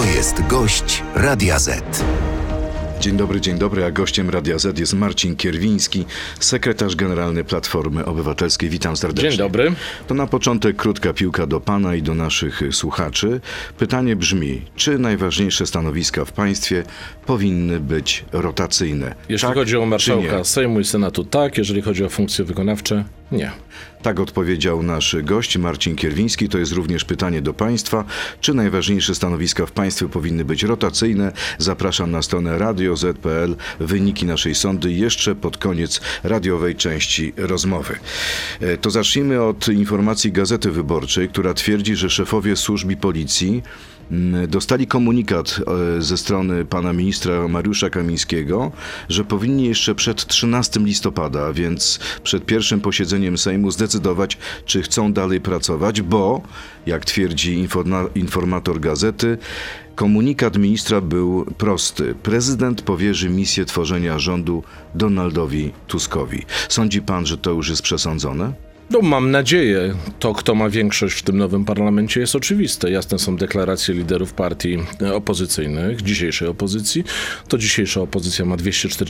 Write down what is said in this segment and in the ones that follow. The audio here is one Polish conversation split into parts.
jest gość Radia Z. Dzień dobry, a gościem Radia Z jest Marcin Kierwiński, sekretarz generalny Platformy Obywatelskiej. Witam serdecznie. Dzień dobry. To na początek krótka piłka do pana i do naszych słuchaczy. Pytanie brzmi, czy najważniejsze stanowiska w państwie powinny być rotacyjne? Jeśli tak, chodzi o czy marszałka nie? Sejmu i Senatu, tak. Jeżeli chodzi o funkcje wykonawcze, nie. Tak odpowiedział nasz gość Marcin Kierwiński. To jest również pytanie do państwa. Czy najważniejsze stanowiska w państwie powinny być rotacyjne? Zapraszam na stronę radio.z.pl. Wyniki naszej sondy jeszcze pod koniec radiowej części rozmowy. To zacznijmy od informacji Gazety Wyborczej, która twierdzi, że szefowie służb i policji dostali komunikat ze strony pana ministra Mariusza Kamińskiego, że powinni jeszcze przed 13 listopada, a więc przed pierwszym posiedzeniem Sejmu, zdecydować, czy chcą dalej pracować, bo, jak twierdzi informator gazety, komunikat ministra był prosty. Prezydent powierzy misję tworzenia rządu Donaldowi Tuskowi. Sądzi pan, że to już jest przesądzone? No, mam nadzieję. To, kto ma większość w tym nowym parlamencie, jest oczywiste. Jasne są deklaracje liderów partii opozycyjnych, dzisiejszej opozycji. To dzisiejsza opozycja ma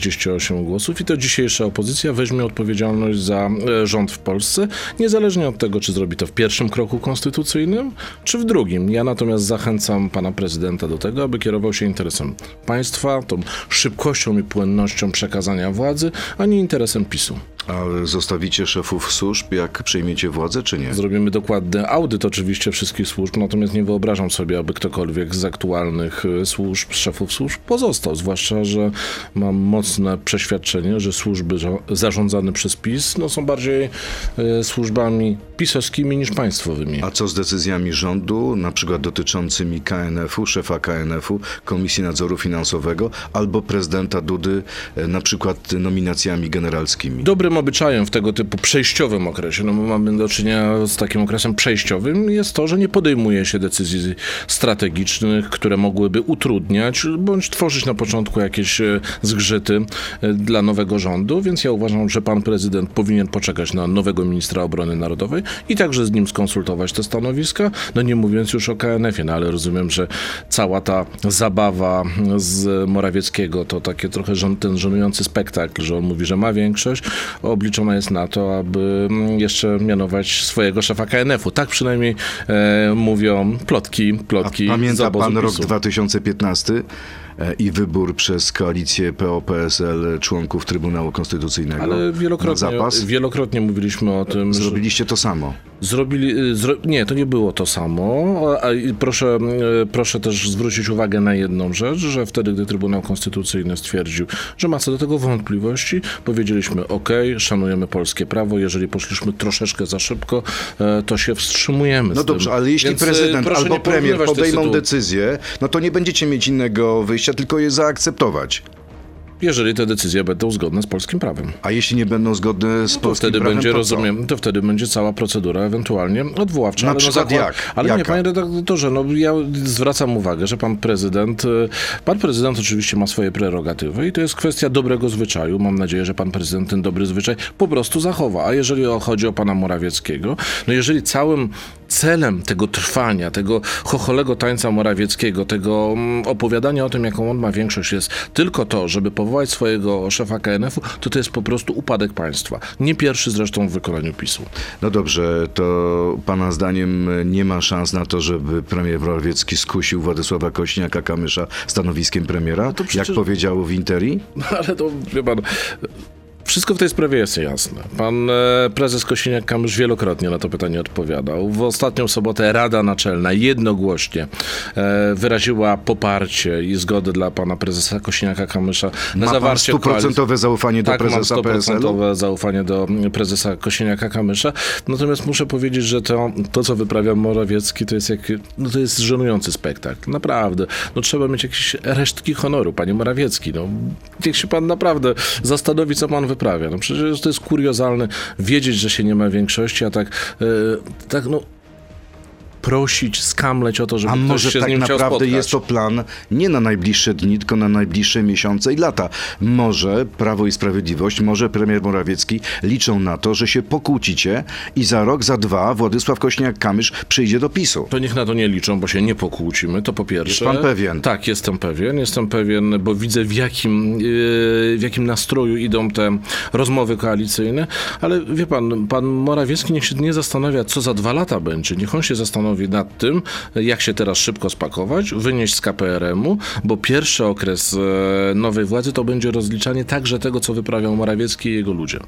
248 głosów i to dzisiejsza opozycja weźmie odpowiedzialność za rząd w Polsce, niezależnie od tego, czy zrobi to w pierwszym kroku konstytucyjnym, czy w drugim. Ja natomiast zachęcam pana prezydenta do tego, aby kierował się interesem państwa, tą szybkością i płynnością przekazania władzy, a nie interesem PiS-u. A zostawicie szefów służb, jak przejmiecie władzę, czy nie? Zrobimy dokładny audyt oczywiście wszystkich służb, natomiast nie wyobrażam sobie, aby ktokolwiek z aktualnych służb, szefów służb pozostał. Zwłaszcza, że mam mocne przeświadczenie, że służby zarządzane przez PiS są bardziej służbami pisowskimi niż państwowymi. A co z decyzjami rządu, na przykład dotyczącymi KNF-u, szefa KNF-u, Komisji Nadzoru Finansowego albo prezydenta Dudy, na przykład nominacjami generalskimi? Dobrym obyczajem w tego typu przejściowym okresie, bo mamy do czynienia z takim okresem przejściowym, jest to, że nie podejmuje się decyzji strategicznych, które mogłyby utrudniać bądź tworzyć na początku jakieś zgrzyty dla nowego rządu, więc ja uważam, że pan prezydent powinien poczekać na nowego ministra obrony narodowej i także z nim skonsultować te stanowiska, nie mówiąc już o KNF-ie, ale rozumiem, że cała ta zabawa z Morawieckiego to takie trochę ten żenujący spektakl, że on mówi, że ma większość, obliczona jest na to, aby jeszcze mianować swojego szefa KNF-u. Tak przynajmniej mówią plotki A pamięta pan rok PiS-u. 2015 i wybór przez koalicję PO-PSL członków Trybunału Konstytucyjnego? Ale na zapas? wielokrotnie mówiliśmy o tym, Zrobiliście to samo. Nie, to nie było to samo. Proszę też zwrócić uwagę na jedną rzecz, że wtedy, gdy Trybunał Konstytucyjny stwierdził, że ma co do tego wątpliwości, powiedzieliśmy szanujemy polskie prawo, jeżeli poszliśmy troszeczkę za szybko, to się wstrzymujemy. No dobrze, ale jeśli Więc prezydent proszę albo nie premier porównywać tych podejmą sytuacji. decyzję, to nie będziecie mieć innego wyjścia, tylko je zaakceptować. Jeżeli te decyzje będą zgodne z polskim prawem. A jeśli nie będą zgodne z To polskim wtedy prawem, będzie, to co? to wtedy będzie cała procedura ewentualnie odwoławcza. Na ale przykład jak? Ale Jaka? nie, panie redaktorze, ja zwracam uwagę, że pan prezydent oczywiście ma swoje prerogatywy i to jest kwestia dobrego zwyczaju. Mam nadzieję, że pan prezydent ten dobry zwyczaj po prostu zachowa. A jeżeli chodzi o pana Morawieckiego, jeżeli całym celem tego trwania, tego chocholego tańca Morawieckiego, tego opowiadania o tym, jaką on ma większość, jest tylko to, żeby powołać swojego szefa KNF-u, to jest po prostu upadek państwa. Nie pierwszy zresztą w wykonaniu PiS-u. No dobrze, to pana zdaniem nie ma szans na to, żeby premier Morawiecki skusił Władysława Kosiniaka-Kamysza stanowiskiem premiera, to przecież... jak powiedział w Interi? Ale to, wie pan... Wszystko w tej sprawie jest jasne. Pan prezes Kosiniak-Kamysz wielokrotnie na to pytanie odpowiadał. W ostatnią sobotę Rada Naczelna jednogłośnie wyraziła poparcie i zgodę dla pana prezesa Kosiniaka-Kamysza na zawarcie koalicji. 100% zaufanie do prezesa mam 100% PSL-u? zaufanie do prezesa Kosiniaka-Kamysza. Natomiast muszę powiedzieć, że to co wyprawia Morawiecki, to jest żenujący spektakl. Naprawdę. Trzeba mieć jakieś resztki honoru, panie Morawiecki. Niech się pan naprawdę zastanowi, co pan wyprawia. Przecież to jest kuriozalne wiedzieć, że się nie ma większości, a prosić, skamleć o to, żeby A ktoś może się z tak nim chciał naprawdę spotkać. jest to plan nie na najbliższe dni, tylko na najbliższe miesiące i lata. Może Prawo i Sprawiedliwość, może premier Morawiecki liczą na to, że się pokłócicie i za rok, za dwa Władysław Kosiniak-Kamysz przyjdzie do PiS-u. To niech na to nie liczą, bo się nie pokłócimy, to po pierwsze. Jest pan pewien? Tak, jestem pewien, bo widzę w jakim nastroju idą te rozmowy koalicyjne, ale wie pan Morawiecki niech się nie zastanawia, co za 2 lata będzie. Niech on się zastanowi nad tym, jak się teraz szybko spakować, wynieść z KPRM-u, bo pierwszy okres nowej władzy to będzie rozliczanie także tego, co wyprawiał Morawiecki i jego ludzie.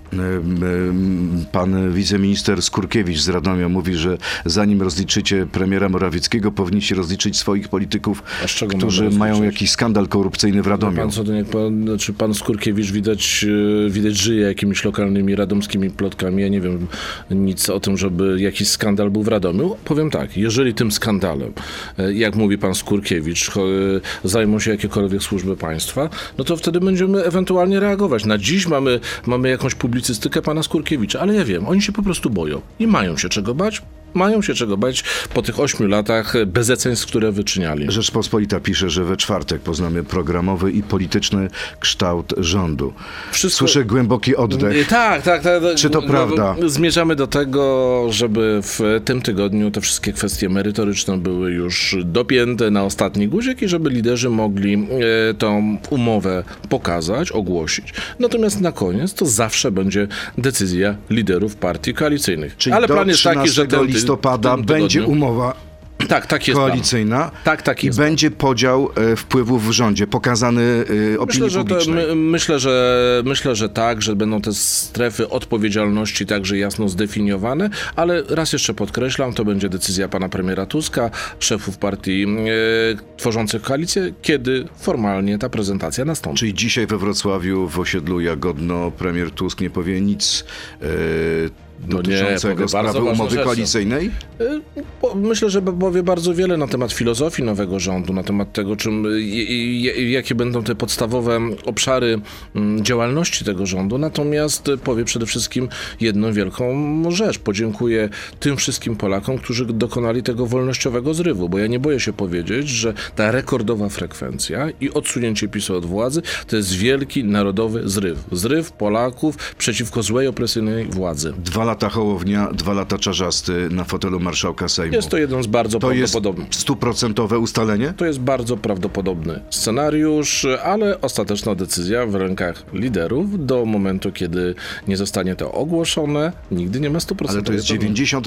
Pan wiceminister Skurkiewicz z Radomia mówi, że zanim rozliczycie premiera Morawieckiego, powinniście rozliczyć swoich polityków, A z czego którzy mamy mają rozliczyć? jakiś skandal korupcyjny w Radomiu. Pan Skurkiewicz widać żyje jakimiś lokalnymi radomskimi plotkami. Ja nie wiem nic o tym, żeby jakiś skandal był w Radomiu. Powiem tak, jeżeli tym skandalem, jak mówi pan Skurkiewicz, zajmą się jakiekolwiek służby państwa, no to wtedy będziemy ewentualnie reagować. Na dziś mamy jakąś publicystykę pana Skurkiewicza, ale ja wiem, oni się po prostu boją i mają się czego bać. Mają się czego bać po tych 8 latach bezeceństw, które wyczyniali. Rzeczpospolita pisze, że we czwartek poznamy programowy i polityczny kształt rządu. Słyszę głęboki oddech. Tak. Czy to prawda? Zmierzamy do tego, żeby w tym tygodniu te wszystkie kwestie merytoryczne były już dopięte na ostatni guzik i żeby liderzy mogli tą umowę pokazać, ogłosić. Natomiast na koniec to zawsze będzie decyzja liderów partii koalicyjnych. Czyli Ale do plan jest taki, że 13 listopada będzie umowa tak jest koalicyjna tak i jest będzie podział wpływów w rządzie pokazany opinii publicznej. Myślę, że tak, że będą te strefy odpowiedzialności także jasno zdefiniowane, ale raz jeszcze podkreślam, to będzie decyzja pana premiera Tuska, szefów partii tworzących koalicję, kiedy formalnie ta prezentacja nastąpi. Czyli dzisiaj we Wrocławiu w osiedlu Jagodno premier Tusk nie powie nic dotyczącego powie sprawy bardzo ważne umowy rzeczy. koalicyjnej? Myślę, że powie bardzo wiele na temat filozofii nowego rządu, na temat tego, jakie będą te podstawowe obszary działalności tego rządu, natomiast powie przede wszystkim jedną wielką rzecz. Podziękuję tym wszystkim Polakom, którzy dokonali tego wolnościowego zrywu, bo ja nie boję się powiedzieć, że ta rekordowa frekwencja i odsunięcie PiS-u od władzy to jest wielki narodowy zryw. Zryw Polaków przeciwko złej, opresyjnej władzy. 2 lata Hołownia, 2 lata Czarzasty na fotelu marszałka Sejmu. Jest to jeden z bardzo To jest prawdopodobnych. 100% ustalenie? To jest bardzo prawdopodobny scenariusz, ale ostateczna decyzja w rękach liderów do momentu, kiedy nie zostanie to ogłoszone, nigdy nie ma 100%. Ale to jest 90%,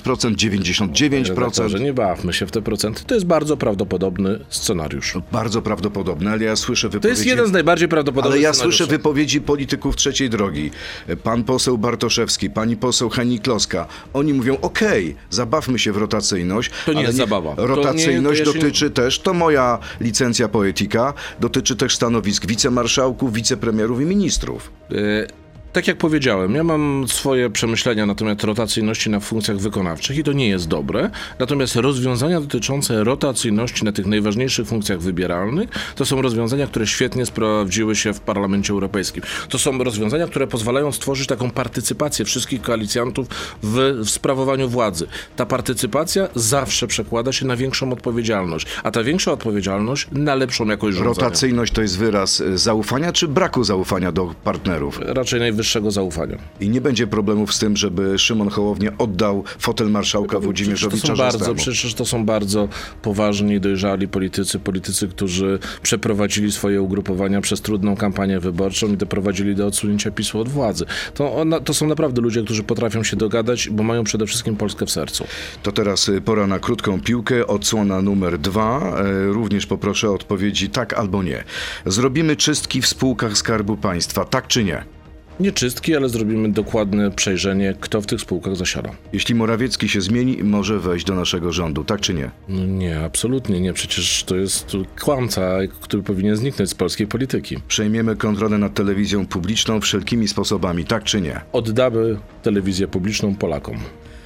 99%. Że nie bawmy się w te procenty. To jest bardzo prawdopodobny scenariusz. Bardzo prawdopodobne, ale ja słyszę To wypowiedzi... jest jeden z najbardziej prawdopodobnych Ale ja scenariuszy. słyszę wypowiedzi polityków trzeciej drogi. Pan poseł Bartoszewski, pani poseł Hennig-Kloska. Oni mówią, okej, zabawmy się w rotacyjność. To nie ale jest zabawa. Rotacyjność To ja się dotyczy też, to moja licencja poetyka, dotyczy też stanowisk wicemarszałków, wicepremierów i ministrów. Tak jak powiedziałem, ja mam swoje przemyślenia na temat rotacyjności na funkcjach wykonawczych i to nie jest dobre. Natomiast rozwiązania dotyczące rotacyjności na tych najważniejszych funkcjach wybieralnych to są rozwiązania, które świetnie sprawdziły się w Parlamencie Europejskim. To są rozwiązania, które pozwalają stworzyć taką partycypację wszystkich koalicjantów w sprawowaniu władzy. Ta partycypacja zawsze przekłada się na większą odpowiedzialność, a ta większa odpowiedzialność na lepszą jakość rządzenia. Rotacyjność to jest wyraz zaufania czy braku zaufania do partnerów? Raczej najwyższego zaufania. I nie będzie problemów z tym, żeby Szymon Hołownia oddał fotel marszałka Włodzimierzowi Czarzastemu. Przecież to są bardzo poważni, dojrzali politycy, którzy przeprowadzili swoje ugrupowania przez trudną kampanię wyborczą i doprowadzili do odsunięcia PiS-u od władzy. To są naprawdę ludzie, którzy potrafią się dogadać, bo mają przede wszystkim Polskę w sercu. To teraz pora na krótką piłkę, odsłona numer 2. Również poproszę o odpowiedzi tak albo nie. Zrobimy czystki w spółkach Skarbu Państwa, tak czy nie? Nie czystki, ale zrobimy dokładne przejrzenie, kto w tych spółkach zasiada. Jeśli Morawiecki się zmieni, może wejść do naszego rządu, tak czy nie? No nie, absolutnie nie. Przecież to jest kłamca, który powinien zniknąć z polskiej polityki. Przejmiemy kontrolę nad telewizją publiczną wszelkimi sposobami, tak czy nie? Oddamy telewizję publiczną Polakom.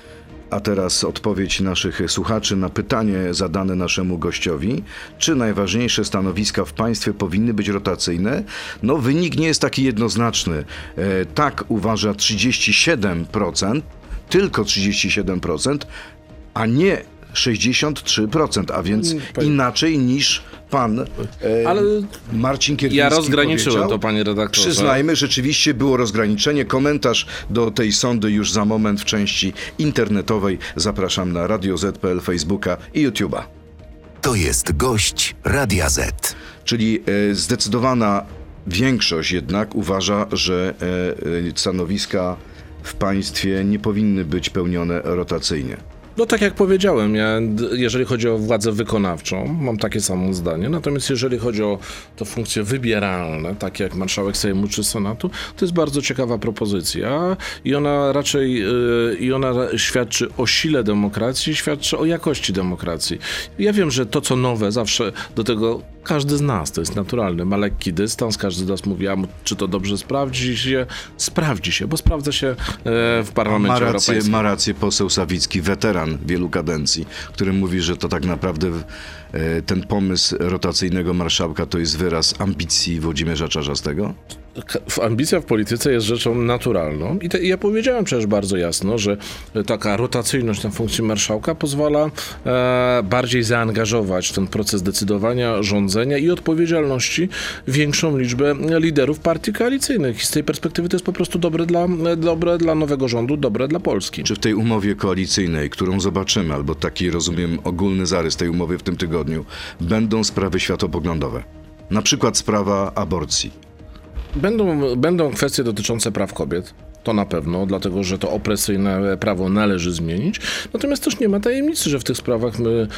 A teraz odpowiedź naszych słuchaczy na pytanie zadane naszemu gościowi. Czy najważniejsze stanowiska w państwie powinny być rotacyjne? No, wynik nie jest taki jednoznaczny. Tak uważa 37%, tylko 37%, a nie 63%, a więc inaczej niż pan Ale Marcin Kierwiński ja rozgraniczyłem powiedział. to, panie redaktorze. Przyznajmy, rzeczywiście było rozgraniczenie. Komentarz do tej sądy już za moment w części internetowej. Zapraszam na Radio Z.pl, Facebooka i YouTube'a. To jest gość Radia Z. Czyli zdecydowana większość jednak uważa, że stanowiska w państwie nie powinny być pełnione rotacyjnie. No tak jak powiedziałem, jeżeli chodzi o władzę wykonawczą, mam takie samo zdanie, natomiast jeżeli chodzi o to funkcje wybieralne, takie jak marszałek Sejmu czy Senatu, to jest bardzo ciekawa propozycja i ona raczej świadczy o sile demokracji, świadczy o jakości demokracji. Ja wiem, że to co nowe zawsze do tego każdy z nas, to jest naturalne, ma lekki dystans, każdy z nas mówi, czy to dobrze sprawdzi się, bo sprawdza się w Parlamencie Europejskim. Ma rację poseł Sawicki, weteran wielu kadencji, który mówi, że to tak naprawdę ten pomysł rotacyjnego marszałka to jest wyraz ambicji Włodzimierza Czarzastego? Ambicja w polityce jest rzeczą naturalną i ja powiedziałem przecież bardzo jasno, że taka rotacyjność na funkcji marszałka pozwala bardziej zaangażować w ten proces decydowania, rządzenia i odpowiedzialności większą liczbę liderów partii koalicyjnych. I z tej perspektywy to jest po prostu dobre dla nowego rządu, dobre dla Polski. Czy w tej umowie koalicyjnej, którą zobaczymy, albo taki, rozumiem, ogólny zarys tej umowy w tym tygodniu, będą sprawy światopoglądowe? Na przykład sprawa aborcji. Będą kwestie dotyczące praw kobiet. To na pewno, dlatego że to opresyjne prawo należy zmienić. Natomiast też nie ma tajemnicy, że w tych sprawach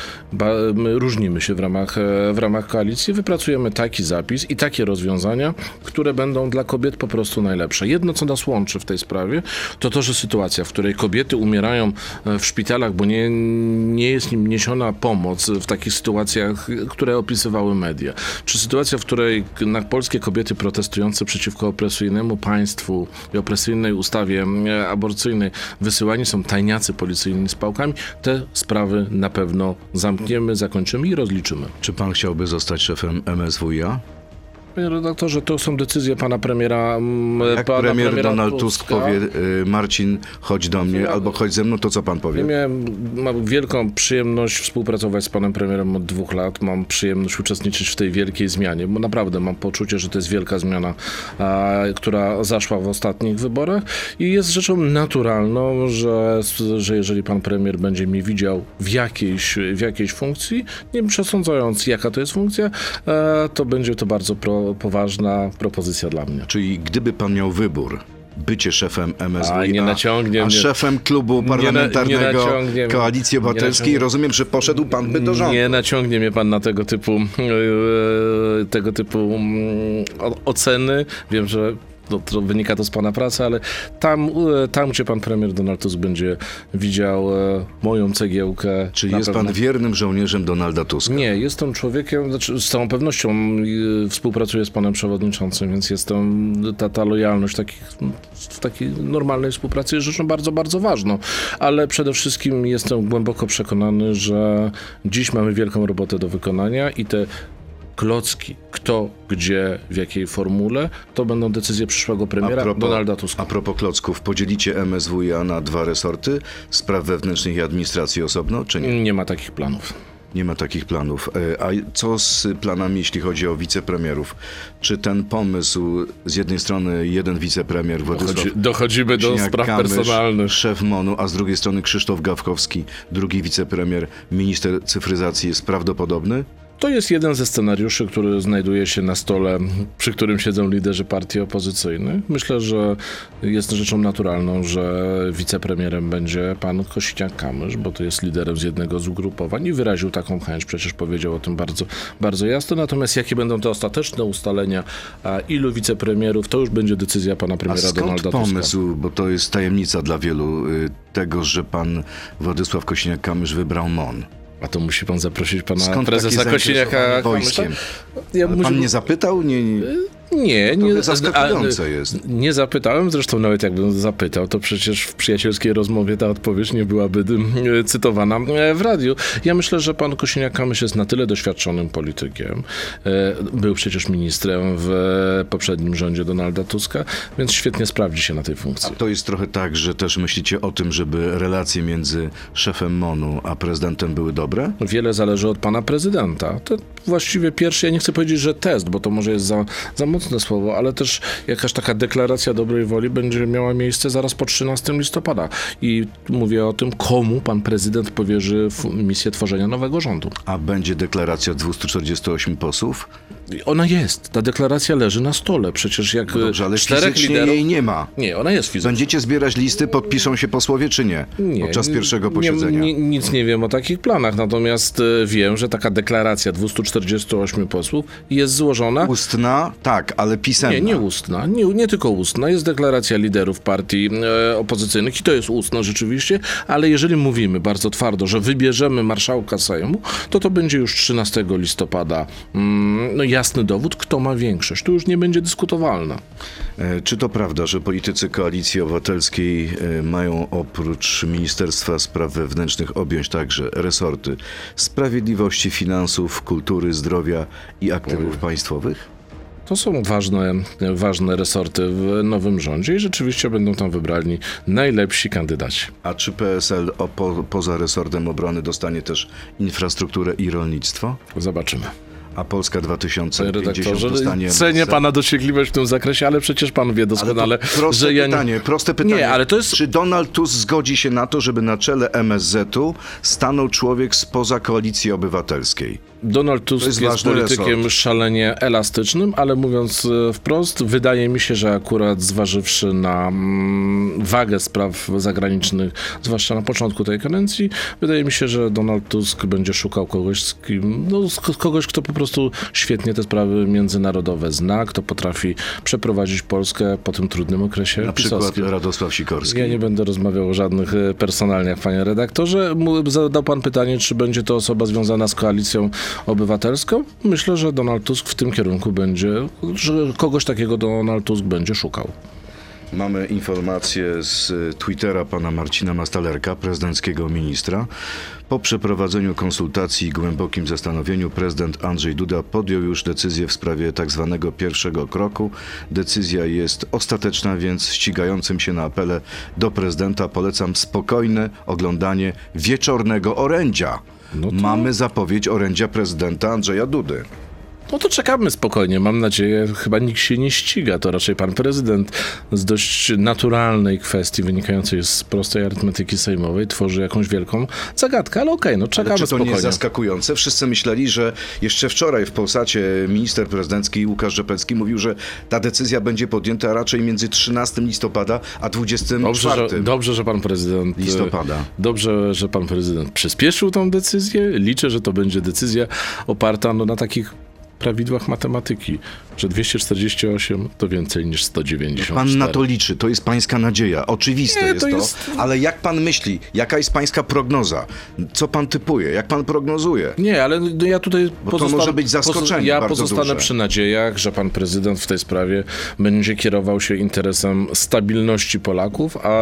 my różnimy się w ramach koalicji. Wypracujemy taki zapis i takie rozwiązania, które będą dla kobiet po prostu najlepsze. Jedno, co nas łączy w tej sprawie, to, że sytuacja, w której kobiety umierają w szpitalach, bo nie jest im niesiona pomoc w takich sytuacjach, które opisywały media. Czy sytuacja, w której polskie kobiety protestujące przeciwko opresyjnemu państwu i opresyjnej ustawie aborcyjnej wysyłani są tajniacy policyjni z pałkami, te sprawy na pewno zamkniemy, zakończymy i rozliczymy. Czy pan chciałby zostać szefem MSWiA? Panie redaktorze, to są decyzje pana premiera. Jak premier Donald Tusk powie, Marcin, chodź do mnie, albo chodź ze mną, to co pan powie? Mam wielką przyjemność współpracować z panem premierem od 2 lat. Mam przyjemność uczestniczyć w tej wielkiej zmianie, bo naprawdę mam poczucie, że to jest wielka zmiana, która zaszła w ostatnich wyborach i jest rzeczą naturalną, że jeżeli pan premier będzie mnie widział w jakiejś funkcji, nie przesądzając, jaka to jest funkcja, to będzie to bardzo poważna propozycja dla mnie. Czyli gdyby pan miał wybór, bycie szefem MSWiA, a szefem klubu parlamentarnego Koalicji Obywatelskiej, rozumiem, że poszedł pan by do rządu. Nie naciągnie mnie pan na tego typu oceny. Wiem, że to wynika to z pana pracy, ale tam, gdzie pan premier Donald Tusk będzie widział moją cegiełkę... Czy jest pan wiernym żołnierzem Donalda Tuska? Nie, jestem człowiekiem, z całą pewnością współpracuję z panem przewodniczącym, więc ta lojalność w takiej normalnej współpracy jest rzeczą bardzo, bardzo ważną. Ale przede wszystkim jestem głęboko przekonany, że dziś mamy wielką robotę do wykonania i te klocki, kto, gdzie, w jakiej formule, to będą decyzje przyszłego premiera Donalda Tuska. A propos klocków, podzielicie MSWiA na 2 resorty? Spraw wewnętrznych i administracji osobno, czy nie? Nie ma takich planów. Nie ma takich planów. A co z planami, jeśli chodzi o wicepremierów? Czy ten pomysł, z jednej strony jeden wicepremier Władysław Dochodzimy do spraw personalnych. Szef MON-u, a z drugiej strony Krzysztof Gawkowski, drugi wicepremier, minister cyfryzacji, jest prawdopodobny? To jest jeden ze scenariuszy, który znajduje się na stole, przy którym siedzą liderzy partii opozycyjnych. Myślę, że jest rzeczą naturalną, że wicepremierem będzie pan Kosiniak-Kamysz, bo to jest liderem z jednego z ugrupowań i wyraził taką chęć, przecież powiedział o tym bardzo, bardzo jasno. Natomiast jakie będą te ostateczne ustalenia, ilu wicepremierów, to już będzie decyzja pana premiera Donalda Tuska. Pomysł, bo to jest tajemnica dla wielu, tego, że pan Władysław Kosiniak-Kamysz wybrał MON. A to musi pan zaprosić pana Skąd prezesa Kosiniaka-Kamysza? wojskiem? Pan nie zapytał? Nie. Nie, zaskakujące jest. Nie zapytałem, zresztą nawet jakbym zapytał, to przecież w przyjacielskiej rozmowie ta odpowiedź nie byłaby cytowana w radiu. Ja myślę, że pan Kosiniak-Kamysz jest na tyle doświadczonym politykiem. Był przecież ministrem w poprzednim rządzie Donalda Tuska, więc świetnie sprawdzi się na tej funkcji. A to jest trochę tak, że też myślicie o tym, żeby relacje między szefem MON-u a prezydentem były dobre? Wiele zależy od pana prezydenta. To właściwie pierwszy, ja nie chcę powiedzieć, że test, bo to może jest za mocne słowo, ale też jakaś taka deklaracja dobrej woli będzie miała miejsce zaraz po 13 listopada. I mówię o tym, komu pan prezydent powierzy misję tworzenia nowego rządu. A będzie deklaracja 248 posłów? Ona jest. Ta deklaracja leży na stole. Przecież jak Dobrze, ale czterech fizycznie liderów... jej nie ma. Nie, ona jest fizycznie. Będziecie zbierać listy, podpiszą się posłowie, czy nie? Podczas pierwszego posiedzenia. Nic nie wiem o takich planach, natomiast wiem, że taka deklaracja 248 posłów jest złożona... Ustna? Tak, ale pisemna. Nie ustna. Nie tylko ustna. Jest deklaracja liderów partii opozycyjnych i to jest ustna rzeczywiście, ale jeżeli mówimy bardzo twardo, że wybierzemy marszałka Sejmu, to będzie już 13 listopada jasny dowód, kto ma większość. To już nie będzie dyskutowalne. Czy to prawda, że politycy Koalicji Obywatelskiej mają oprócz Ministerstwa Spraw Wewnętrznych objąć także resorty sprawiedliwości, finansów, kultury, zdrowia i aktywów państwowych? To są ważne resorty w nowym rządzie i rzeczywiście będą tam wybrani najlepsi kandydaci. A czy PSL poza resortem obrony dostanie też infrastrukturę i rolnictwo? Zobaczymy. A Polska 2050 dostanie... Cenię pana dociekliwość w tym zakresie, ale przecież pan wie doskonale, że ja... Proste pytanie. Nie, ale to jest... Czy Donald Tusk zgodzi się na to, żeby na czele MSZ-u stanął człowiek spoza Koalicji Obywatelskiej? Donald Tusk jest politykiem szalenie elastycznym, ale mówiąc wprost, wydaje mi się, że akurat zważywszy na wagę spraw zagranicznych, zwłaszcza na początku tej kadencji, wydaje mi się, że Donald Tusk będzie szukał kogoś, kto po prostu świetnie te sprawy międzynarodowe zna, kto potrafi przeprowadzić Polskę po tym trudnym okresie na pisowskim. Przykład Radosław Sikorski. Ja nie będę rozmawiał o żadnych personalniach, panie redaktorze. Zadał pan pytanie, czy będzie to osoba związana z Koalicją Obywatelską? Myślę, że Donald Tusk w tym kierunku że kogoś takiego Donald Tusk będzie szukał. Mamy informację z Twittera pana Marcina Mastalerka, prezydenckiego ministra. Po przeprowadzeniu konsultacji i głębokim zastanowieniu prezydent Andrzej Duda podjął już decyzję w sprawie tak zwanego pierwszego kroku. Decyzja jest ostateczna, więc ścigającym się na apele do prezydenta polecam spokojne oglądanie wieczornego orędzia. Mamy zapowiedź orędzia prezydenta Andrzeja Dudy. No to czekamy spokojnie, mam nadzieję, chyba nikt się nie ściga, to raczej pan prezydent z dość naturalnej kwestii wynikającej z prostej arytmetyki sejmowej tworzy jakąś wielką zagadkę, ale okej, czekamy ale czy to spokojnie. nie jest zaskakujące? Wszyscy myśleli, że jeszcze wczoraj w Polsacie minister prezydencki Łukasz Rzepecki mówił, że ta decyzja będzie podjęta raczej między 13 listopada a 24 Dobrze, że pan prezydent listopada. Dobrze, że pan prezydent przyspieszył tą decyzję. Liczę, że to będzie decyzja oparta na takich prawidłach matematyki, że 248 to więcej niż 194. Pan na to liczy, to jest pańska nadzieja. Oczywiste jest to, ale jak pan myśli, jaka jest pańska prognoza? Co pan typuje? Jak pan prognozuje? Nie, ale ja tutaj to może być zaskoczenie ja bardzo pozostanę duże. przy nadziejach, że pan prezydent w tej sprawie będzie kierował się interesem stabilności Polaków, a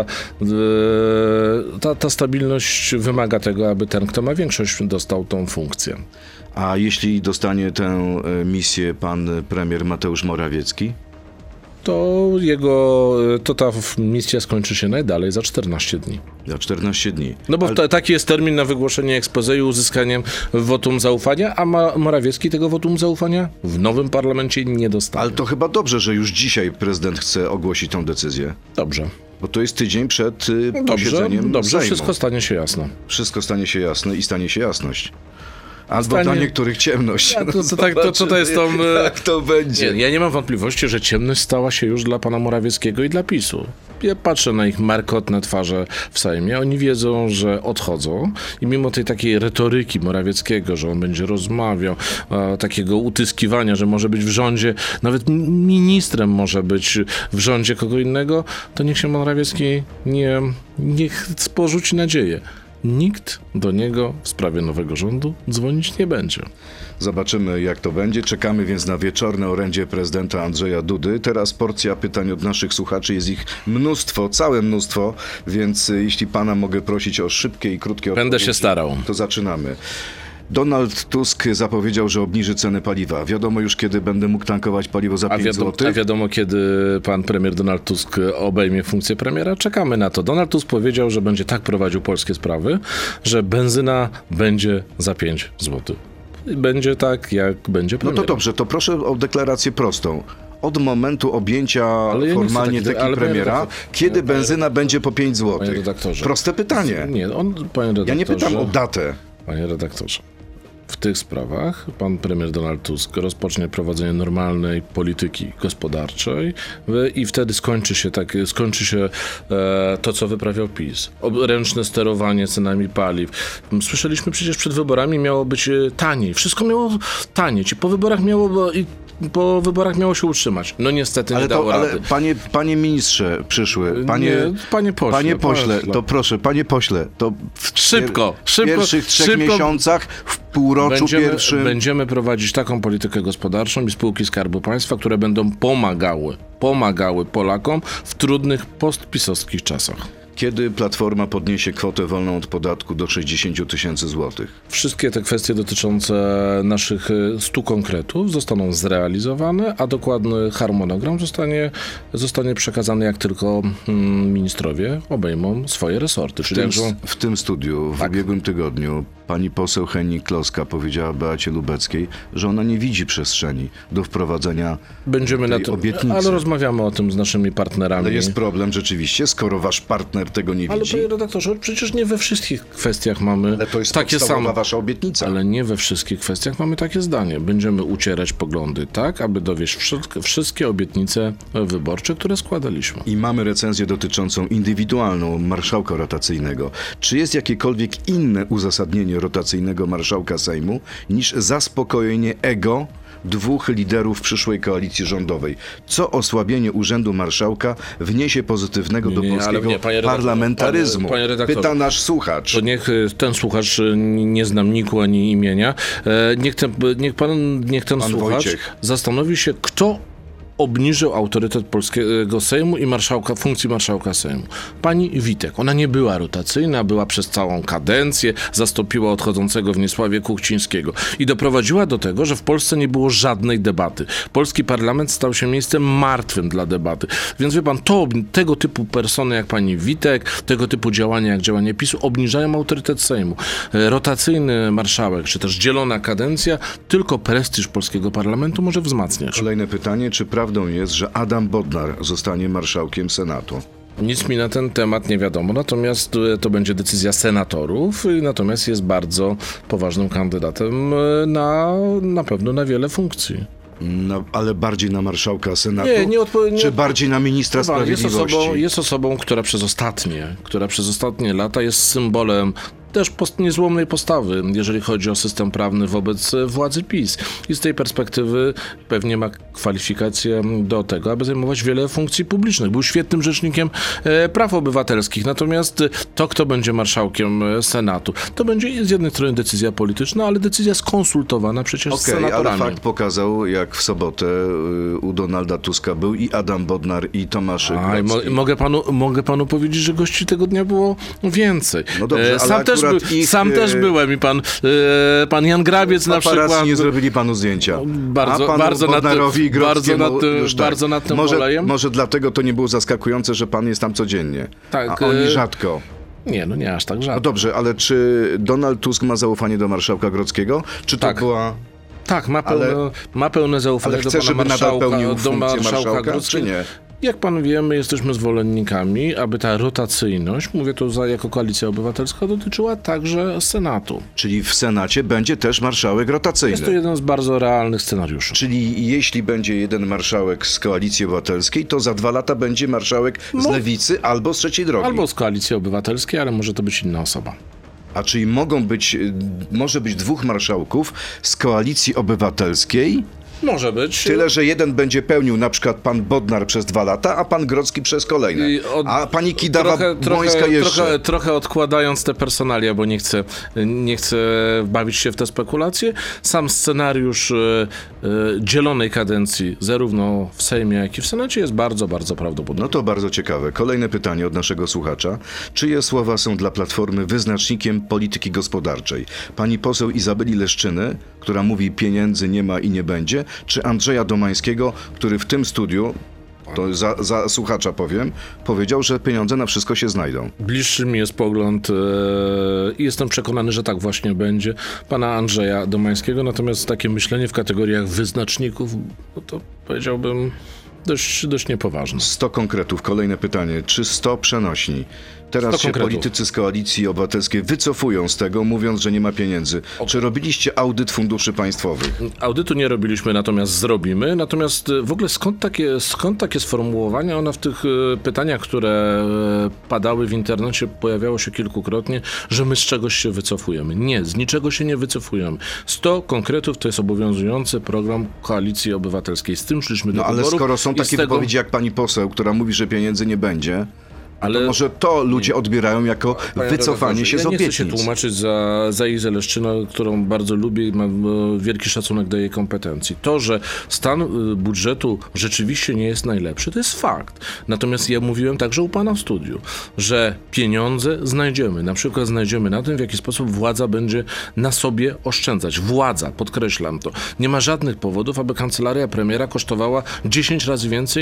ta stabilność wymaga tego, aby ten, kto ma większość, dostał tą funkcję. A jeśli dostanie tę misję pan premier Mateusz Morawiecki? To ta misja skończy się najdalej za 14 dni. Za 14 dni. No bo taki jest termin na wygłoszenie exposé i uzyskaniem wotum zaufania, a Morawiecki tego wotum zaufania w nowym parlamencie nie dostanie. Ale to chyba dobrze, że już dzisiaj prezydent chce ogłosić tę decyzję. Dobrze. Bo to jest tydzień przed posiedzeniem Dobrze, Sejmu. wszystko stanie się jasne. Wszystko stanie się jasne i stanie się jasność. Albo dla niektórych ciemność. To jest to... Jak to będzie? Nie, ja nie mam wątpliwości, że ciemność stała się już dla pana Morawieckiego i dla PiS-u. Ja patrzę na ich markotne twarze w Sejmie. Oni wiedzą, że odchodzą i mimo tej takiej retoryki Morawieckiego, że on będzie rozmawiał, takiego utyskiwania, że może być w rządzie, nawet ministrem może być w rządzie kogo innego, to niech się Morawiecki niech porzuci nadzieję. nikt do niego w sprawie nowego rządu dzwonić nie będzie. Zobaczymy, jak to będzie. Czekamy więc na wieczorne orędzie prezydenta Andrzeja Dudy. Teraz porcja pytań od naszych słuchaczy. Jest ich mnóstwo, całe mnóstwo, więc jeśli pana mogę prosić o szybkie i krótkie odpowiedzi. Będę się starał. To zaczynamy. Donald Tusk zapowiedział, że obniży ceny paliwa. Wiadomo już, kiedy będę mógł tankować paliwo za 5 zł? A wiadomo, kiedy pan premier Donald Tusk obejmie funkcję premiera? Czekamy na to. Donald Tusk powiedział, że będzie tak prowadził polskie sprawy, że benzyna będzie za 5 zł. Będzie tak, jak będzie premierem. No to dobrze, to proszę o deklarację prostą. Od momentu objęcia formalnie takiej premiera, kiedy benzyna będzie po 5 zł? Panie redaktorze. Proste pytanie. Nie, panie redaktorze. Ja nie pytam o datę. Panie redaktorze, w tych sprawach pan premier Donald Tusk rozpocznie prowadzenie normalnej polityki gospodarczej i wtedy skończy się to, co wyprawiał PiS. Ręczne sterowanie cenami paliw. Słyszeliśmy przecież przed wyborami miało być taniej. Wszystko miało tanieć i po wyborach miało się utrzymać. No niestety nie dało rady. Panie ministrze przyszły, panie pośle, to proszę, panie pośle, to w pierwszych 3 miesiącach, w półroczu pierwszym... Będziemy prowadzić taką politykę gospodarczą i spółki Skarbu Państwa, które będą pomagały Polakom w trudnych postpisowskich czasach. Kiedy Platforma podniesie kwotę wolną od podatku do 60 000 złotych? Wszystkie te kwestie dotyczące naszych 100 konkretów zostaną zrealizowane, a dokładny harmonogram zostanie przekazany, jak tylko ministrowie obejmą swoje resorty. W tym studiu w ubiegłym tygodniu pani poseł Hennig-Kloska powiedziała Beacie Lubeckiej, że ona nie widzi przestrzeni do wprowadzenia tej obietnicy. Ale rozmawiamy o tym z naszymi partnerami. Ale jest problem rzeczywiście, skoro wasz partner tego nie widzi. Ale panie redaktorze, przecież nie we wszystkich kwestiach mamy ale to jest takie same. wasza obietnica. Ale nie we wszystkich kwestiach mamy takie zdanie. Będziemy ucierać poglądy tak, aby dowieść wszystkie obietnice wyborcze, które składaliśmy. I mamy recenzję dotyczącą indywidualną marszałka rotacyjnego. Czy jest jakiekolwiek inne uzasadnienie rotacyjnego marszałka Sejmu niż zaspokojenie ego 2 liderów przyszłej koalicji rządowej? Co osłabienie urzędu marszałka wniesie pozytywnego do polskiego parlamentaryzmu? Panie redaktorze, pyta nasz słuchacz. To niech ten słuchacz, nie znam niku ani imienia, niech ten słuchacz Wojciech zastanowi się, kto obniżył autorytet polskiego Sejmu i funkcji marszałka Sejmu. Pani Witek, ona nie była rotacyjna, była przez całą kadencję, zastąpiła odchodzącego Wniesławie Kuchcińskiego i doprowadziła do tego, że w Polsce nie było żadnej debaty. Polski parlament stał się miejscem martwym dla debaty. Więc wie pan, tego typu persony jak pani Witek, tego typu działania jak działanie PiS-u obniżają autorytet Sejmu. Rotacyjny marszałek, czy też dzielona kadencja, tylko prestiż polskiego parlamentu może wzmacniać. Kolejne pytanie, czy prawdą jest, że Adam Bodnar zostanie marszałkiem Senatu? Nic mi na ten temat nie wiadomo, natomiast to będzie decyzja senatorów, natomiast jest bardzo poważnym kandydatem na pewno na wiele funkcji. Ale bardziej na marszałka Senatu? Czy bardziej na ministra sprawiedliwości? Jest osobą, która przez ostatnie lata jest symbolem też niezłomnej postawy, jeżeli chodzi o system prawny wobec władzy PiS. I z tej perspektywy pewnie ma kwalifikacje do tego, aby zajmować wiele funkcji publicznych. Był świetnym rzecznikiem praw obywatelskich. Natomiast to, kto będzie marszałkiem Senatu, to będzie z jednej strony decyzja polityczna, ale decyzja skonsultowana przecież z senatorami. Ale fakt pokazał, jak w sobotę u Donalda Tuska był i Adam Bodnar, i Tomasz Grodzki. Mogę panu powiedzieć, że gości tego dnia było więcej. No dobrze, Sam też byłem i pan Jan Grabiec na przykład. nie zrobili panu zdjęcia. Bardzo nad tym boleję. Może dlatego to nie było zaskakujące, że pan jest tam codziennie. Tak, a oni rzadko. Nie aż tak rzadko. No dobrze, ale czy Donald Tusk ma zaufanie do marszałka Grodzkiego? Czy to była... Tak, ma pełne zaufanie do pana marszałka Grodzkiego. Nie? Jak pan wie, my jesteśmy zwolennikami, aby ta rotacyjność, mówię to jako Koalicja Obywatelska, dotyczyła także Senatu. Czyli w Senacie będzie też marszałek rotacyjny. Jest to jeden z bardzo realnych scenariuszy. Czyli jeśli będzie jeden marszałek z Koalicji Obywatelskiej, to za 2 lata będzie marszałek z Lewicy albo z Trzeciej Drogi. Albo z Koalicji Obywatelskiej, ale może to być inna osoba. A czyli może być 2 marszałków z Koalicji Obywatelskiej Może być. Tyle, że jeden będzie pełnił na przykład pan Bodnar przez 2 lata, a pan Grodzki przez kolejne. A pani Kidawa-Błońska jeszcze. Trochę odkładając te personalia, bo nie chcę bawić się w te spekulacje. Sam scenariusz dzielonej kadencji, zarówno w Sejmie, jak i w Senacie, jest bardzo, bardzo prawdopodobny. No to bardzo ciekawe. Kolejne pytanie od naszego słuchacza. Czyje słowa są dla Platformy wyznacznikiem polityki gospodarczej? Pani poseł Izabeli Leszczyny, która mówi pieniędzy nie ma i nie będzie, czy Andrzeja Domańskiego, który w tym studiu, to za słuchacza powiem, powiedział, że pieniądze na wszystko się znajdą. Bliższy mi jest pogląd i jestem przekonany, że tak właśnie będzie, pana Andrzeja Domańskiego, natomiast takie myślenie w kategoriach wyznaczników, no to powiedziałbym dość niepoważne. 100 konkretów. Kolejne pytanie. Czy 100 przenośni? Teraz się politycy z Koalicji Obywatelskiej wycofują z tego, mówiąc, że nie ma pieniędzy. Czy robiliście audyt funduszy państwowych? Audytu nie robiliśmy, natomiast zrobimy. Natomiast w ogóle skąd takie sformułowania? Ona w tych pytaniach, które padały w internecie, pojawiało się kilkukrotnie, że my z czegoś się wycofujemy. Nie, z niczego się nie wycofujemy. 100 konkretów to jest obowiązujący program Koalicji Obywatelskiej. Z tym szliśmy do wyborów. Ale skoro są takie wypowiedzi jak pani poseł, która mówi, że pieniędzy nie będzie, ale to może to ludzie odbierają jako wycofanie się z obietnic. Nie chcę się tłumaczyć za Izę Leszczynę, którą bardzo lubię i mam wielki szacunek do jej kompetencji. To, że stan budżetu rzeczywiście nie jest najlepszy, to jest fakt. Natomiast ja mówiłem także u pana w studiu, że pieniądze znajdziemy. Na przykład znajdziemy na tym, w jaki sposób władza będzie na sobie oszczędzać. Władza, podkreślam to. Nie ma żadnych powodów, aby kancelaria premiera kosztowała 10 razy więcej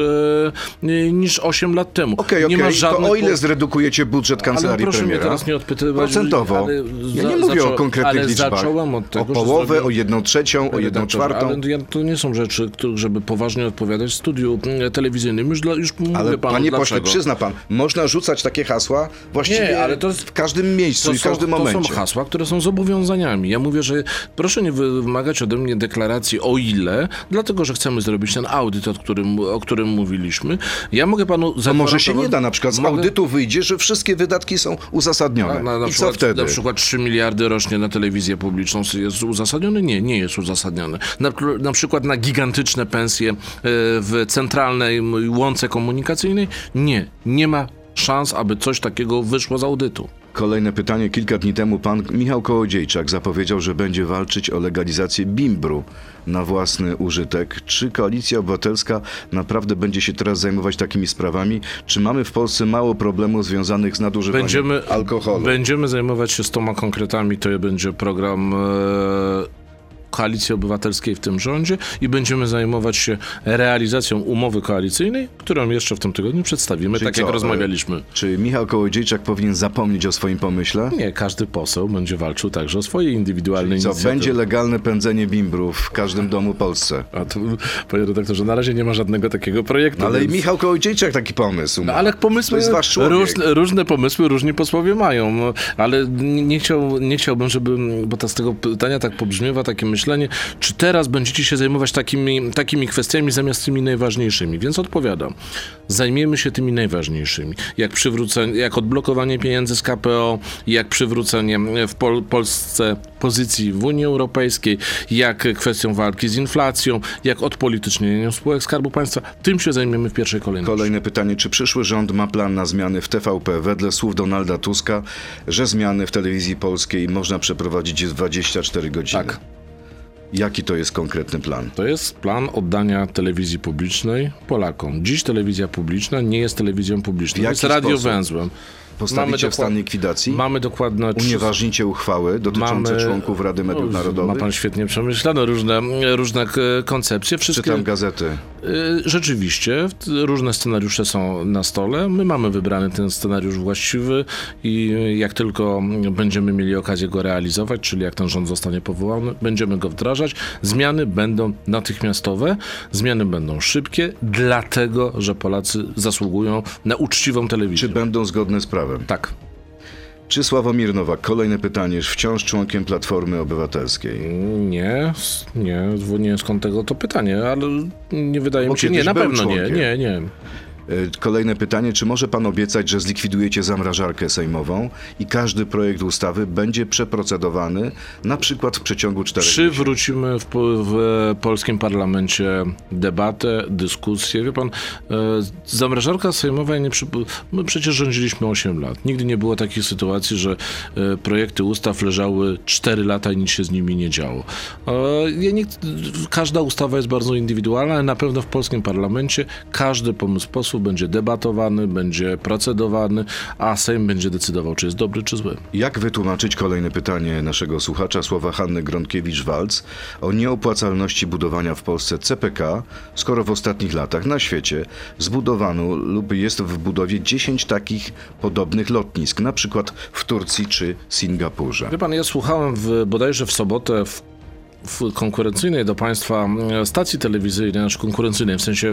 niż 8 lat temu. Okay. To o ile zredukujecie budżet kancelarii proszę premiera? Mnie teraz nie odpytywać. Procentowo. Ja nie mówię o konkretnych liczbach. Od tego, o połowę, o 1/3, o 1/4. Ale to nie są rzeczy, żeby poważnie odpowiadać w studiu telewizyjnym. Już mówię ale panu panie dlaczego. pośle, przyzna pan, można rzucać takie hasła właściwie w każdym miejscu i w każdym momencie. To są hasła, które są zobowiązaniami. Ja mówię, że proszę nie wymagać ode mnie deklaracji o ile, dlatego, że chcemy zrobić ten audyt, o którym mówiliśmy. Ja mogę panu to może się nie da na przykład z audytu wyjdzie, że wszystkie wydatki są uzasadnione. I co wtedy? Na przykład 3 miliardy rocznie na telewizję publiczną jest uzasadnione? Nie jest uzasadnione. Na przykład na gigantyczne pensje w centralnej łące komunikacyjnej? Nie ma szans, aby coś takiego wyszło z audytu. Kolejne pytanie. Kilka dni temu pan Michał Kołodziejczak zapowiedział, że będzie walczyć o legalizację bimbru na własny użytek. Czy Koalicja Obywatelska naprawdę będzie się teraz zajmować takimi sprawami? Czy mamy w Polsce mało problemów związanych z nadużywaniem alkoholu? Będziemy zajmować się 100 konkretami. To będzie program Koalicji Obywatelskiej w tym rządzie i będziemy zajmować się realizacją umowy koalicyjnej, którą jeszcze w tym tygodniu przedstawimy, czyli jak rozmawialiśmy. Czy Michał Kołodziejczak powinien zapomnieć o swoim pomyśle? Nie, każdy poseł będzie walczył także o swoje indywidualne inicjatywy. Będzie legalne pędzenie bimbrów w każdym domu w Polsce? A tu, panie redaktorze, na razie nie ma żadnego takiego projektu. Ale więc... i Michał Kołodziejczak taki pomysł. Ale pomysły, to jest wasz człowiek. Różne pomysły różni posłowie mają. Ale nie chciałbym, bo z tego pytania tak pobrzmiewa takie myślenie, czy teraz będziecie się zajmować takimi kwestiami zamiast tymi najważniejszymi. Więc odpowiadam. Zajmiemy się tymi najważniejszymi. Jak odblokowanie pieniędzy z KPO, jak przywrócenie w Polsce pozycji w Unii Europejskiej, jak kwestią walki z inflacją, jak odpolitycznieniem spółek Skarbu Państwa. Tym się zajmiemy w pierwszej kolejności. Kolejne pytanie. Czy przyszły rząd ma plan na zmiany w TVP? Wedle słów Donalda Tuska, że zmiany w telewizji polskiej można przeprowadzić w 24 godziny. Tak. Jaki to jest konkretny plan? To jest plan oddania telewizji publicznej Polakom. Dziś telewizja publiczna nie jest telewizją publiczną. Jest radiowęzłem. Postawicie w stan likwidacji? Mamy dokładne... Unieważnicie uchwały dotyczące członków Rady Mediów Narodowych? Ma pan świetnie przemyślane różne koncepcje. Czytam gazety. Rzeczywiście, różne scenariusze są na stole. My mamy wybrany ten scenariusz właściwy i jak tylko będziemy mieli okazję go realizować, czyli jak ten rząd zostanie powołany, będziemy go wdrażać. Zmiany będą natychmiastowe, zmiany będą szybkie, dlatego, że Polacy zasługują na uczciwą telewizję. Czy będą zgodne z prawem? Tak. Czy Sławomir Nowak, kolejne pytanie, wciąż członkiem Platformy Obywatelskiej? Nie, skąd tego to pytanie, ale nie wydaje mi się, nie, na pewno członkiem. Nie. Kolejne pytanie, czy może pan obiecać, że zlikwidujecie zamrażarkę sejmową i każdy projekt ustawy będzie przeprocedowany na przykład w przeciągu 4 miesięcy? Przywrócimy w polskim parlamencie debatę, dyskusję. Wie pan, zamrażarka sejmowa, my przecież rządziliśmy 8 lat. Nigdy nie było takiej sytuacji, że projekty ustaw leżały 4 lata i nic się z nimi nie działo. Każda ustawa jest bardzo indywidualna, ale na pewno w polskim parlamencie każdy pomysł posłów będzie debatowany, będzie procedowany, a Sejm będzie decydował, czy jest dobry, czy zły. Jak wytłumaczyć, kolejne pytanie naszego słuchacza, słowa Hanny Gronkiewicz-Walc, o nieopłacalności budowania w Polsce CPK, skoro w ostatnich latach na świecie zbudowano lub jest w budowie 10 takich podobnych lotnisk, na przykład w Turcji czy Singapurze? Wie pan, ja słuchałem bodajże w sobotę w konkurencyjnej do państwa stacji telewizyjnej, znaczy konkurencyjnej, w sensie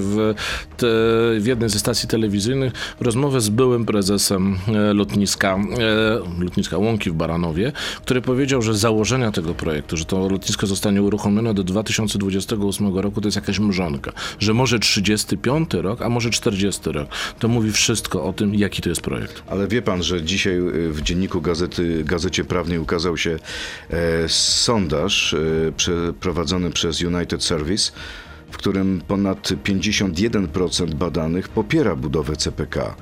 w jednej ze stacji telewizyjnych, rozmowę z byłym prezesem lotniska Łąki w Baranowie, który powiedział, że założenia tego projektu, że to lotnisko zostanie uruchomione do 2028 roku, to jest jakaś mrzonka, że może 35 rok, a może 40 rok. To mówi wszystko o tym, jaki to jest projekt. Ale wie pan, że dzisiaj w dzienniku Gazecie Prawnej ukazał się sondaż przeprowadzony przez United Service, w którym ponad 51% badanych popiera budowę CPK.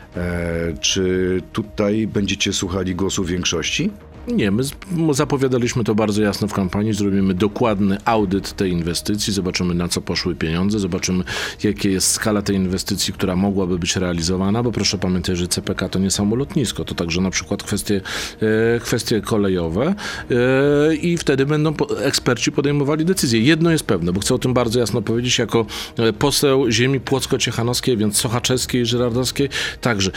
Czy tutaj będziecie słuchali głosu większości? Nie, my zapowiadaliśmy to bardzo jasno w kampanii, zrobimy dokładny audyt tej inwestycji, zobaczymy, na co poszły pieniądze, zobaczymy, jaka jest skala tej inwestycji, która mogłaby być realizowana, bo proszę pamiętać, że CPK to nie samo lotnisko, to także na przykład kwestie kolejowe i wtedy będą eksperci podejmowali decyzje. Jedno jest pewne, bo chcę o tym bardzo jasno powiedzieć, jako poseł ziemi płocko-ciechanowskiej, więc sochaczeskiej i żyrardowskiej, także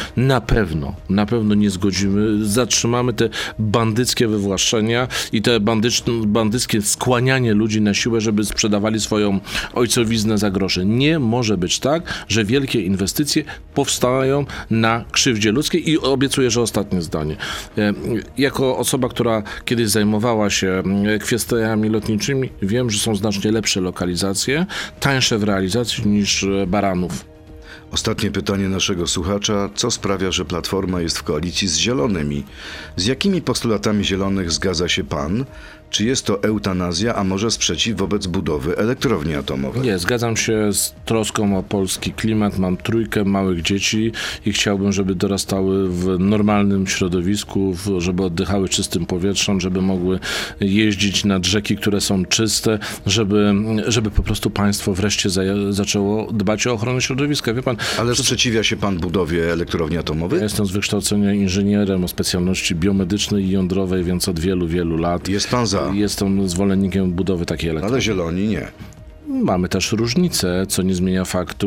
na pewno nie zgodzimy, zatrzymamy te bandyckie wywłaszczenia i te bandyckie skłanianie ludzi na siłę, żeby sprzedawali swoją ojcowiznę za grosze. Nie może być tak, że wielkie inwestycje powstają na krzywdzie ludzkiej i obiecuję, że ostatnie zdanie. Jako osoba, która kiedyś zajmowała się kwestiami lotniczymi, wiem, że są znacznie lepsze lokalizacje, tańsze w realizacji niż Baranów. Ostatnie pytanie naszego słuchacza. Co sprawia, że Platforma jest w koalicji z Zielonymi? Z jakimi postulatami Zielonych zgadza się pan? Czy jest to eutanazja, a może sprzeciw wobec budowy elektrowni atomowej? Nie, zgadzam się z troską o polski klimat. Mam 3 małych dzieci i chciałbym, żeby dorastały w normalnym środowisku, żeby oddychały czystym powietrzem, żeby mogły jeździć nad rzeki, które są czyste, żeby po prostu państwo wreszcie zaczęło dbać o ochronę środowiska. Wie pan, ale sprzeciwia się pan budowie elektrowni atomowej? Ja jestem z wykształcenia inżynierem o specjalności biomedycznej i jądrowej, więc od wielu, wielu lat jest pan za. Jestem zwolennikiem budowy takiej elektrowni. Ale Zieloni nie. Mamy też różnice, co nie zmienia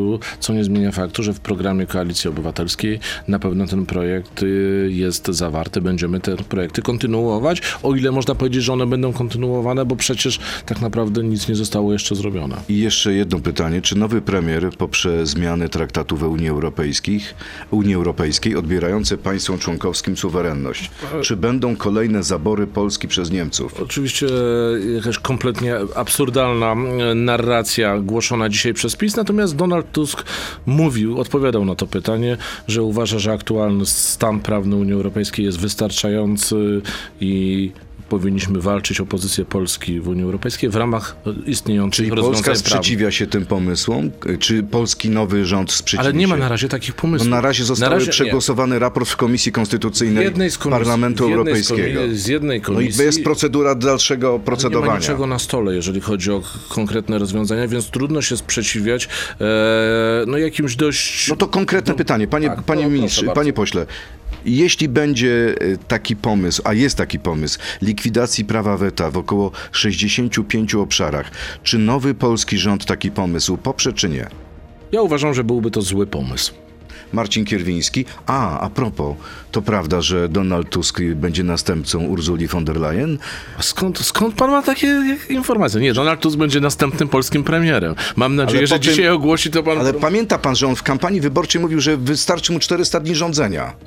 faktu, że w programie Koalicji Obywatelskiej na pewno ten projekt jest zawarty. Będziemy te projekty kontynuować, o ile można powiedzieć, że one będą kontynuowane, bo przecież tak naprawdę nic nie zostało jeszcze zrobione. I jeszcze jedno pytanie. Czy nowy premier poprze zmiany traktatu w Unii Europejskiej odbierające państwom członkowskim suwerenność? Czy będą kolejne zabory Polski przez Niemców? Oczywiście jakaś kompletnie absurdalna narracja głoszona dzisiaj przez PiS, natomiast Donald Tusk odpowiadał na to pytanie, że uważa, że aktualny stan prawny Unii Europejskiej jest wystarczający i powinniśmy walczyć o pozycję Polski w Unii Europejskiej w ramach istniejących rozwiązań prawnych. Polska sprzeciwia się tym pomysłom? Czy polski nowy rząd sprzeciwia się? Ale nie ma na razie takich pomysłów. No na razie został przegłosowany raport w Komisji Konstytucyjnej Parlamentu Europejskiego. Z jednej komisji. No i jest procedura dalszego procedowania. Nie ma niczego na stole, jeżeli chodzi o konkretne rozwiązania, więc trudno się sprzeciwiać jakimś dość... No to konkretne pytanie. Panie ministrze, panie pośle. Jeśli będzie taki pomysł, a jest taki pomysł, likwidacji prawa weta w około 65 obszarach, czy nowy polski rząd taki pomysł poprze, czy nie? Ja uważam, że byłby to zły pomysł. Marcin Kierwiński. A propos, to prawda, że Donald Tusk będzie następcą Ursuli von der Leyen? Skąd pan ma takie informacje? Nie, Donald Tusk będzie następnym polskim premierem. Mam nadzieję, że dzisiaj ogłosi to pan... Ale pamięta pan, że on w kampanii wyborczej mówił, że wystarczy mu 400 dni rządzenia?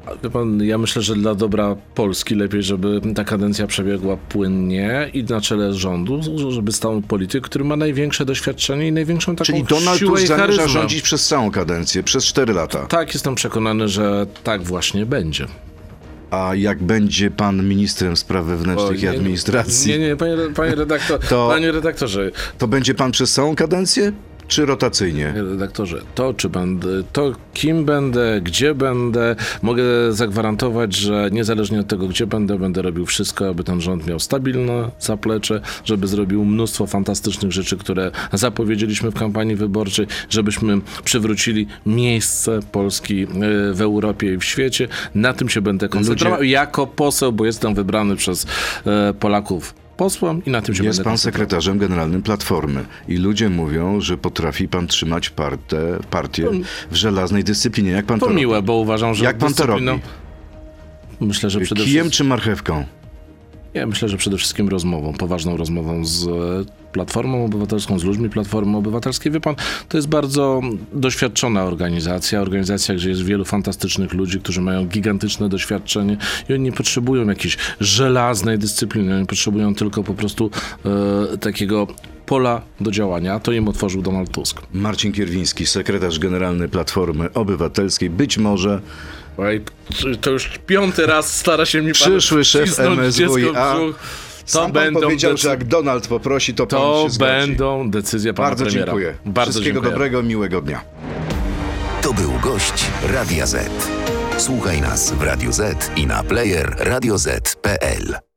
Wie pan, ja myślę, że dla dobra Polski lepiej, żeby ta kadencja przebiegła płynnie i na czele rządu, żeby stał polityk, który ma największe doświadczenie i największą taką Czyli Donald siłę Tusk i zamierza charyzmę. rządzić przez całą kadencję, przez 4 lata. Tak, jestem przekonany, że tak właśnie będzie. A jak będzie pan ministrem spraw wewnętrznych i administracji, Nie, panie redaktorze, to będzie pan przez całą kadencję, czy rotacyjnie? panie redaktorze, kim będę, gdzie będę, mogę zagwarantować, że niezależnie od tego, gdzie będę robił wszystko, aby ten rząd miał stabilne zaplecze, żeby zrobił mnóstwo fantastycznych rzeczy, które zapowiedzieliśmy w kampanii wyborczej, żebyśmy przywrócili miejsce Polski w Europie i w świecie. Na tym się będę koncentrował jako poseł, bo jestem wybrany przez Polaków posłem i na tym się Jest będę pan koncentrował. sekretarzem generalnym Platformy i ludzie mówią, że potrafi pan trzymać partię w żelaznej dyscyplinie. Jak pan to robi? miłe, bo uważam, że Jak pan to robi? Myślę, że przede Kijem wszystkim... czy marchewką? Ja myślę, że przede wszystkim poważną rozmową z Platformą Obywatelską, z ludźmi Platformy Obywatelskiej. Wie pan, to jest bardzo doświadczona organizacja, gdzie jest wielu fantastycznych ludzi, którzy mają gigantyczne doświadczenie i oni nie potrzebują jakiejś żelaznej dyscypliny, oni potrzebują tylko po prostu takiego pola do działania. To im otworzył Donald Tusk. Marcin Kierwiński, sekretarz generalny Platformy Obywatelskiej, być może To już 5. raz stara się mi przyszły szef MSWiA. Sam pan powiedział, że jak Donald poprosi, to pan się zgodzi. będą decyzje pana Bardzo premiera. dziękuję. Bardzo Wszystkiego dziękuję. dobrego, miłego dnia. To był gość Radia Z. Słuchaj nas w Radio Z i na player radioz.pl.